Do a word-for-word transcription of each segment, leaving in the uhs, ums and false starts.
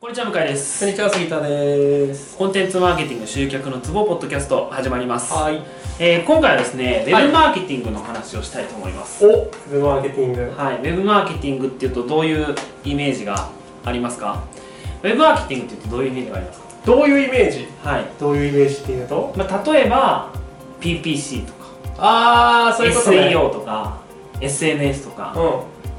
こんにちは、向井です。 こんにちは、杉田です。 コンテンツマーケティング集客のツボポッドキャスト始まります。 はい。 えー、今回はですね、ウェブマーケティングの話をしたいと思います。 はい、お、ウェブマーケティング。 はい、ウェブマーケティングっていうとどういうイメージがありますか？ウェブマーケティングっていうとどういうイメージがありますか？ どういうイメージ？ はい。 どういうイメージっていうと、 まあ、例えば ピーピーシー とか、 あー、そういうことね。 エスイーオー とか エスエヌエス とか、 うん、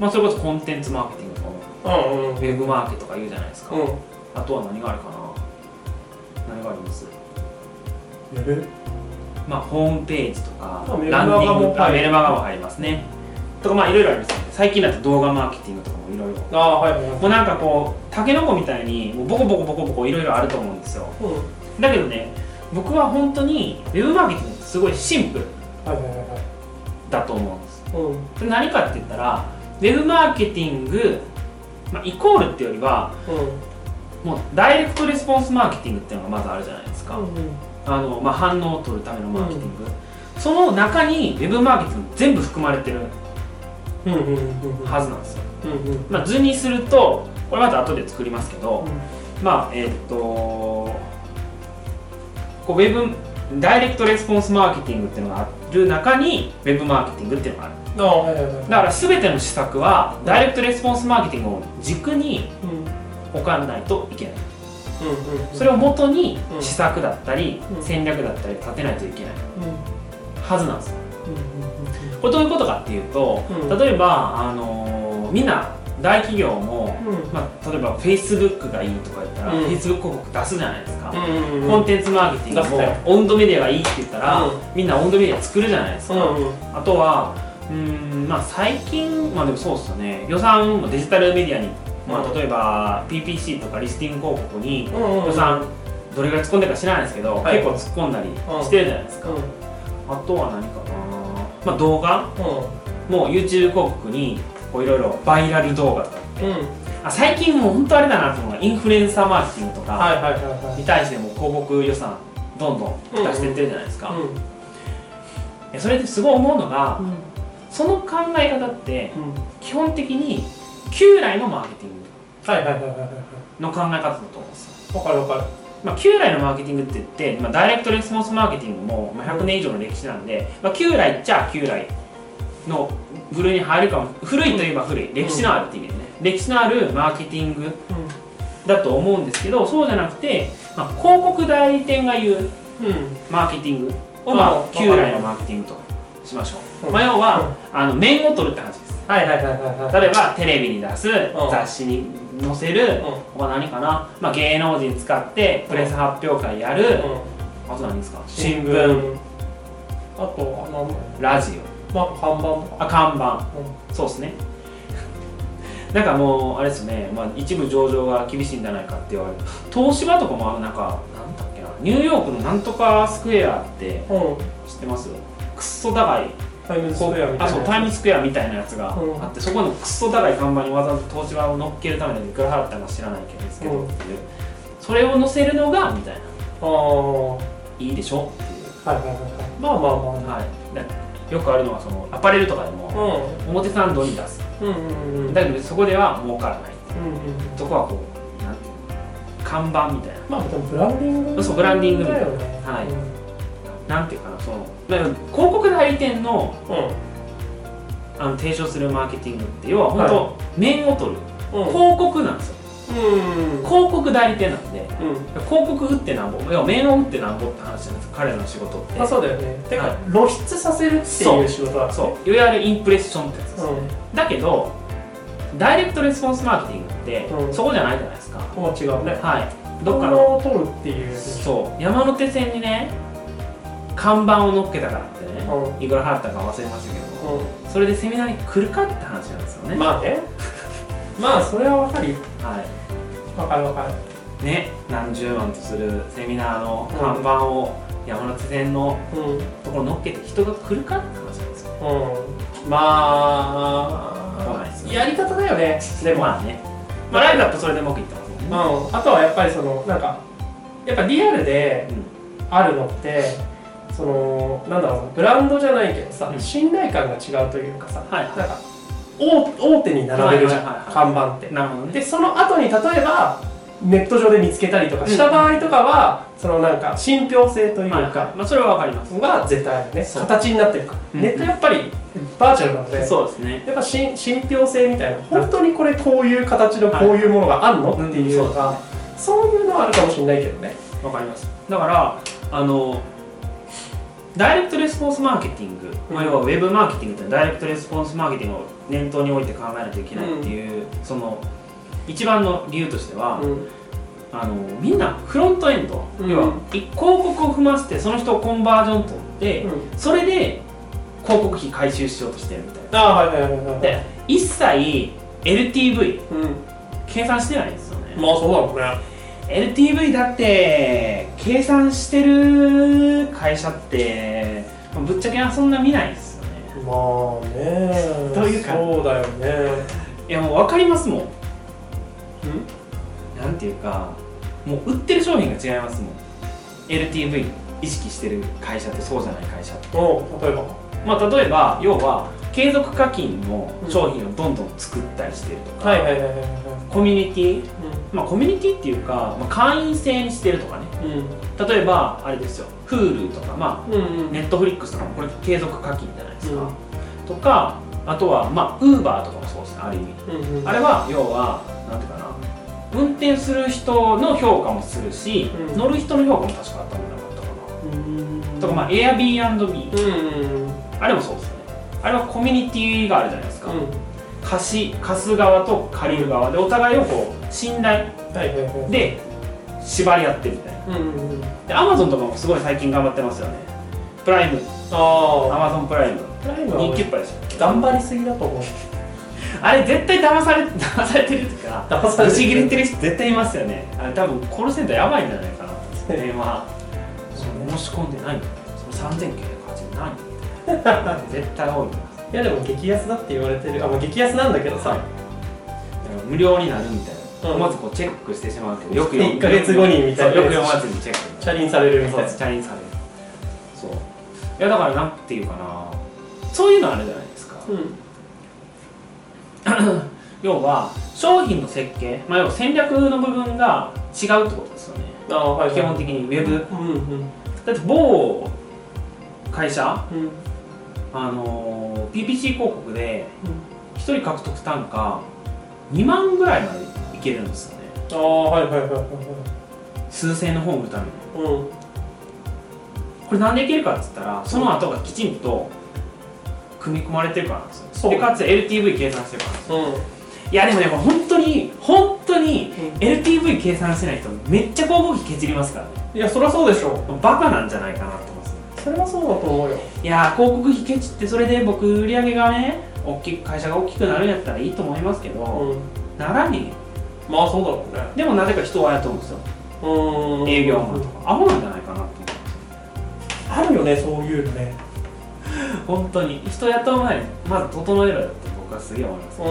まあそれこそコンテンツマーケティングとかも、 うんうん、 ウェブマーケとか言うじゃないですか。 うん、 あとは何があるかな？何があります？ ウェブ？ まあホームページとか、 まあ、 ランディング、 あ、 メルマガも入りますね。とかまあいろいろありますね。最近だと動画マーケティングとかもいろいろ。 あー、はいはいはい。 もうなんかこうタケノコみたいにもうボコボコボコボコいろいろあると思うんですよ。 うん、 だけどね、僕は本当にウェブマーケティングってすごいシンプルはいはいはいはい。 だと思うんです。 うん、 で何かって言ったらウェブマーケティング、まあ、イコールっていうよりは、うん、もうダイレクトレスポンスマーケティングっていうのがまずあるじゃないですか。うんうん、あのまあ、反応を取るためのマーケティング、うん、その中にウェブマーケティング全部含まれてるはずなんですよ。うんうん、まあ、図にするとこれまた後で作りますけど、うん、まあえー、っとこうウェブダイレクトレスポンスマーケティングっていうのがある中にウェブマーケティングっていうのがある。あ、はいはいはい、だから全ての施策はダイレクトレスポンスマーケティングを軸に置かないといけない。うんうんうん、それを元に施策だったり、うん、戦略だったり立てないといけない、うん、はずなんですよ。うんうん、これどういうことかっていうと、うん、例えば、あのー、みんな大企業も、うん、まあ、例えば Facebook がいいとか言ったら、うん、Facebook 広告出すじゃないですか。うんうんうん、コンテンツマーケティングもオウンドメディアがいいって言ったら、うん、みんなオウンドメディア作るじゃないですか。うんうん、あとはうーん、まあ、最近、まあでもそうですよね、予算もデジタルメディアに、まあ、例えば ピーピーシー とかリスティング広告に予算どれぐらい突っ込んでるか知らないですけど、はい、結構突っ込んだりしてるじゃないですか。うん、あとは何かな、まあ、動画、うん、もう YouTube 広告にいろいろバイラル動画とかって、うん、あ最近もう本当あれだなと思うのがインフルエンサーマーケティングとかに対しても広告予算どんどん出していってるじゃないですか。うんうん、それですごい思うのが、うん、その考え方って基本的に旧来のマーケティングの考え方だと思うんですよ。わかるわかる。まあ、旧来のマーケティングって言って、まあ、ダイレクトレスポンスマーケティングもひゃくねん以上の歴史なんで、まあ、旧来っちゃ旧来の部類に入るかも。古いといえば古い、歴史のあるっていう意味でね、歴史のあるマーケティングだと思うんですけど、そうじゃなくて、まあ、広告代理店が言うマーケティングを、まあ、旧来のマーケティングとしましょう。まあ、要はあの面を取るって話です。例えばテレビに出す、雑誌に載せる、他何かな、まあ、芸能人使ってプレス発表会やる、あと何ですか、新聞、あとはラジオ、まあ、看板とか、あ、看板、うん、そうですね。なんかもうあれですね、まあ、一部上場が厳しいんじゃないかって言われる。東芝とかもなんかなんだっけな、ニューヨークのなんとかスクエアって知ってます？クソ高いタイムスクエアみたいな、あ、そう、タイムスクエアみたいなやつがあって、うん、そこのクソ高い看板にわざわざ東芝を乗っけるためにいくら払ったか知らないけどですけど、うん、っていう、それを載せるのがみたいな、あいいでしょっていう。はいはいはいはい。まあまあまあ、はい。よくあるのはそのアパレルとかでも、うん、表参道に出す、うんうんうん、だけどそこでは儲からない、うんうん、そこはこうなんていうの、看板みたいな、まあブランディング、そう、ブランディングみたいな、はい、うん、なんていうかな、その広告代理店の、うん、あの提唱するマーケティングって要は本当、はい、面を取る、うん、広告なんですよ。うん、広告代理店なんで、うん、広告打ってなんぼ、要は面を打ってなんぼって話なんです、彼らの仕事って。あ、そうだよね。てか、はい、露出させるっていう仕事だ、ね、そう、いわゆるインプレッションってやつですね、うん、だけどダイレクトレスポンスマーケティングって、うん、そこじゃないじゃないですか。もう違うね。はい、どっかの取るっていう、そう、山手線にね看板を乗っけたからってね、うん、いくら払ったか忘れましたけど、うん、それでセミナーに来るかって話なんですよね。まあねまあそれは分かるよ。はい、分かる分かるね。何十万とするセミナーの看板を山手線のところに乗っけて人が来るかって話なんですよ。うん、まあやり方だよね。でもまあね、まあライブだとそれでうまくいってますもんね。うん、あとはやっぱりそのなんかやっぱリアルであるのって、うん、そのなんだろうな、ブランドじゃないけどさ、うん、信頼感が違うというかさ、はいはい、なんか大, 大手に並べるじゃん、はいはいはい、看板って。なるほどね。でその後に例えばネット上で見つけたりとかした場合とかは、うん、そのなんか信憑性というか、はいはい、 まあ、それは分かりますが絶対あるね。形になってるから、うん、ネットやっぱりバーチャルなので、 そうですね、 やっぱ信憑性みたいな、本当にこれこういう形のこういうものがあるの、はい、っていうのが、うん、そういうのはあるかもしれないけどね。 分かります。だからあのダイレクトレスポンスマーケティング、うん、まあ、要はウェブマーケティングってダイレクトレスポンスマーケティングを念頭に置いて考えないといけないっていう、うん、その一番の理由としては、うん、あのみんなフロントエンド、うん、要は広告を踏ませてその人をコンバージョン取って、うん、それで広告費回収しようとしてるみたいな。 あ、はいはいはいはい、 で一切 エルティーブイ、うん、計算してないんですよね。 まあそうだろうね。 エルティーブイ だって計算してる会社ってぶっちゃけそんな見ないですよね。 まあね、 というかそうだよね。 いやもう分かりますもん。んなんていうか、もう売ってる商品が違いますもん。 エルティーブイ 意識してる会社とそうじゃない会社って。 お、例えばまあ例えば要は継続課金の商品をどんどん作ったりしてるとか、コミュニティ、うん、まあコミュニティっていうか、まあ、会員制にしてるとかね、うん、例えばあれですよ、 Hulu とか、まあ、うんうん、Netflix とかもこれ継続課金じゃないですか、うん、とか、あとはまあ Uber とかもそうですね、ある意味、うんうん、あれは要はなんていうかな、運転する人の評価もするし、うん、乗る人の評価も確かあったんじゃなかったかな、うん、とかまあ Airbnb、うんうん、あれもそうですよね。あれはコミュニティがあるじゃないですか、うん、貸し貸す側と借りる側でお互いをこう信頼で縛り合ってみたいな、うんうんうん、で Amazon とかもすごい最近頑張ってますよね。プライム、あ Amazon プライムプライムは人気っぱいですよ。 頑張りすぎだと思う。 あれ絶対騙され騙されてるっていうか、騙されてる、ぶち切れてる人絶対いますよね。あれ多分コールセンターやばいんじゃないかなと電話申し込んでないんだよ、そのさんぜんきゅうひゃくはちじゅうない絶対多いと思います。 いやでも激安だって言われてる。あ、まあ、激安なんだけどさ、はい、 無料になるみたいな、うん、まずこうチェックしてしまうけど、よくいっかげつごにみたいな、 よく読まずにチェック、 チャリンされるみたいな。 そう、チャリンされる。そう、いやだからなんていうかな、そういうのあるじゃないですか、うん、要は商品の設計、まあ、要は戦略の部分が違うってことですよね。あ、はいはい、基本的にウェブ、うんうん、だって某会社、うん、あのー、ピーピーシー 広告でひとり獲得単価にまんぐらいまでいけるんですよね。 ああ、はいはいはいはい。 数千の本を売るために、うん、これなんでいけるかっつったら、その後がきちんと組み込まれてるからなんですよ。でかつ エルティーブイ 計算してるからですよ、うん、いやでもね、本当に本当に エルティーブイ 計算してない人めっちゃ広告費ケチりますからね。 いやそりゃそうでしょう。バカなんじゃないかなと思います。 それはそうだと思うよ。 いや広告費ケチってそれで僕売り上げがね、大きく会社が大きくなるんやったらいいと思いますけど、うん、ならねえ。まあそうだろうね。 でもなぜか人を雇うんですよ。うーん、営業マンとかアホなんじゃないかなと思う。 あるよね、そういうのね。 本当に人雇う前にまず整えろよって僕はすげえ思います、 うん、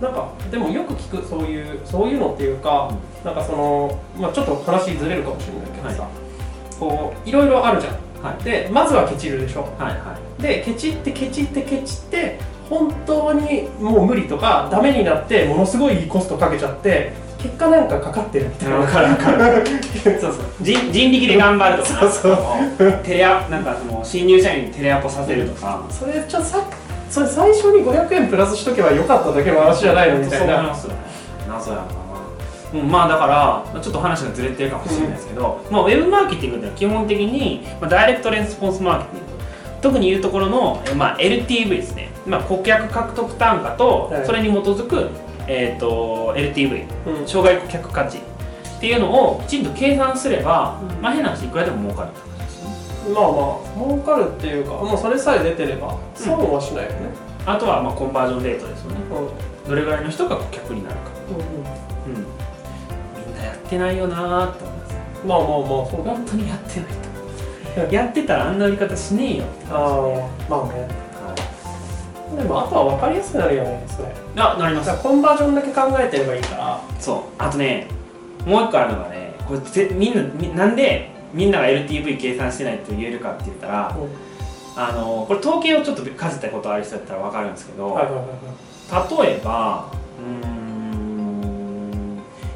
なんかでもよく聞くそういうそういうのっていうか、うん、なんかその、まあ、ちょっと話ずれるかもしれないけどさ、はい、こういろいろあるじゃん、はい、でまずはケチるでしょ、はいはい、でケチってケチってケチって本当にもう無理とかダメになってものすごいコストかけちゃって結果なんかかかってるみたいな。分かる分かるそうそう、人, 人力で頑張るとか、そうそうテレアなんかその新入社員にテレアポさせるとか、 それちょっとさそれ最初にごひゃくえんプラスしとけばよかっただけの話じゃないのみたいな。そう思いますよね。 謎やな、うん、まあだからちょっと話がずれてるかもしれないですけど、うん、まあ、ウェブマーケティングってのは基本的に、まあ、ダイレクトレスポンスマーケティング、特に言うところの、まあ、エルティーブイ ですね、まあ、顧客獲得単価とそれに基づく、えー、と エルティーブイ、うん、生涯顧客価値っていうのをきちんと計算すれば、うん、まあ変な話いくらでも儲かるってことですね。 まあまあ儲かるっていうか、もうそれさえ出てれば損はしないよね、 うん、あとはまあコンバージョンレートですよね、うん、どれぐらいの人が顧客になるか、うんうん、みんなやってないよなーって思います。 まあまあまあそう、 本当にやってないとやってたらあんな売り方しねえよって感じですね。 ああ、まあね、でもあとは分かりやすくなるよね、それ。 あ、なります。 コンバージョンだけ考えてればいいから。 そう、あとね、もう一個あるのがね、これぜみんなみなんでみんなが エルティーブイ 計算してないと言えるかって言ったら、うん、あのこれ統計をちょっとかじったことある人だったら分かるんですけど、はいはいはいはい、例えばうーん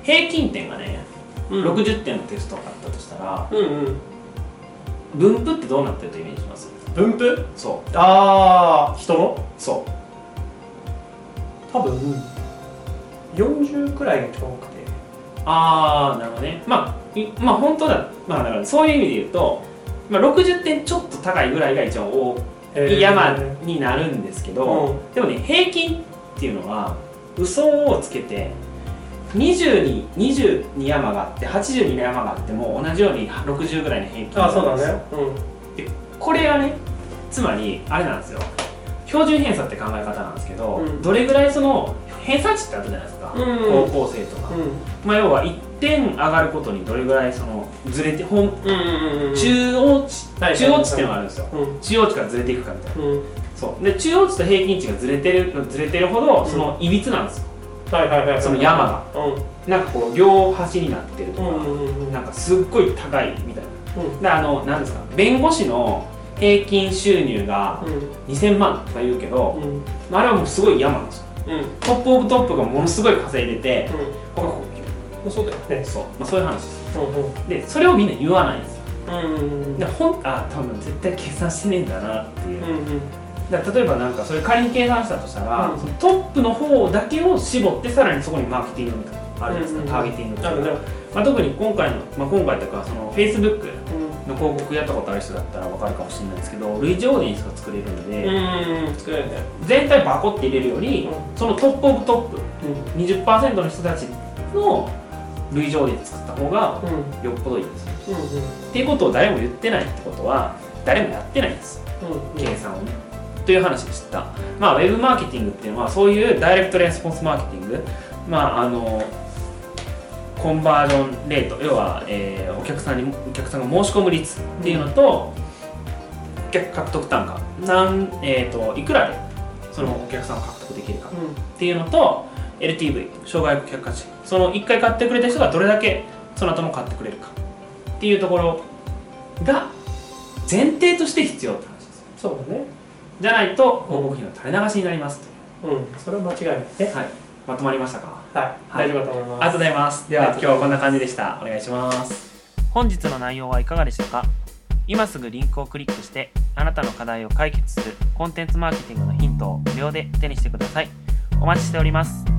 平均点がね、うん、ろくじゅってんのテストがあったとしたら、うんうん、分布ってどうなってるとイメージします？ 分布？ そう。 ああ、人の？ そう。 多分よんじゅうくらいが一番多くて。 ああ、なるほどね。まあ、いまあ本当だ、まあだからそういう意味で言うと、まあ、ろくじゅってんちょっと高いぐらいが一番多い山になるんですけど、うん、でもね、平均っていうのは嘘をつけてにじゅうに、にじゅうに山があってはちじゅうに山があっても同じようにろくじゅうぐらいの平均なんですよ。 あ、そうだね。うん、 でこれはね、つまりあれなんですよ、標準偏差って考え方なんですけど、うん、どれぐらいその偏差値ってあるじゃないですか、うん、高校生とか、うん、まあ、要はいってん上がることにどれぐらいそのずれて本、中央値、中央値っていうのがあるんですよ、うん、中央値からずれていくかみたいな、うん、そうで中央値と平均値がずれてるずれてるほどそのいびつなんですよ、その山が、うん、なんかこう両端になってるとか、なんかすっごい高いみたいな、うん、であの何ですか、弁護士の平均収入がにせんまんとか言うけど、うん、あれはもうすごい山なんですよ、うん、トップオブトップがものすごい稼いでて、うん、他こうそうだよね、 そう、まあ、そういう話です、うんうん、でそれをみんな言わないんですよ、うんうんうん、でほんあ多分絶対計算してねえんだなっていう、うんうん、だから例えばなんかそれ仮に計算したとしたら、うん、そのトップの方だけを絞ってさらにそこにマーケティングみたいなあるんですか、うんうん、ターゲティングとか、まあ、特に今回の、まあ、今回とかその Facebook の広告やったことある人だったら分かるかもしれないですけど、類似オーディエンスが作れるので、 うん、作れるね、 全体バコって入れるより、うん、そのトップオブトップ、うん、にじゅっパーセント の人たちの類似オーディエンス作った方がよっぽどいいです、うんうんうん、っていうことを誰も言ってないってことは誰もやってないんです、うんうん、計算をねという話でした。まあウェブマーケティングっていうのはそういうダイレクトレスポンスマーケティング、まああのコンバージョンレート、要は、えー、お客さんにお客さんが申し込む率っていうのと、うん、顧客獲得単価なん、えー、といくらでそのお客さんを獲得できるかっていうのと、うん、エルティーブイ 生涯顧客価値、そのいっかい買ってくれた人がどれだけその後も買ってくれるかっていうところが前提として必要って話です。 そうだね。 じゃないと広告費の垂れ流しになりますと。うん、それは間違いないね。はい。 まとまりましたか？ はい、大丈夫だと思います。 ありがとうございます。では今日はこんな感じでした。お願いします。本日の内容はいかがでしたか？今すぐリンクをクリックしてあなたの課題を解決するコンテンツマーケティングのヒントを無料で手にしてください。お待ちしております。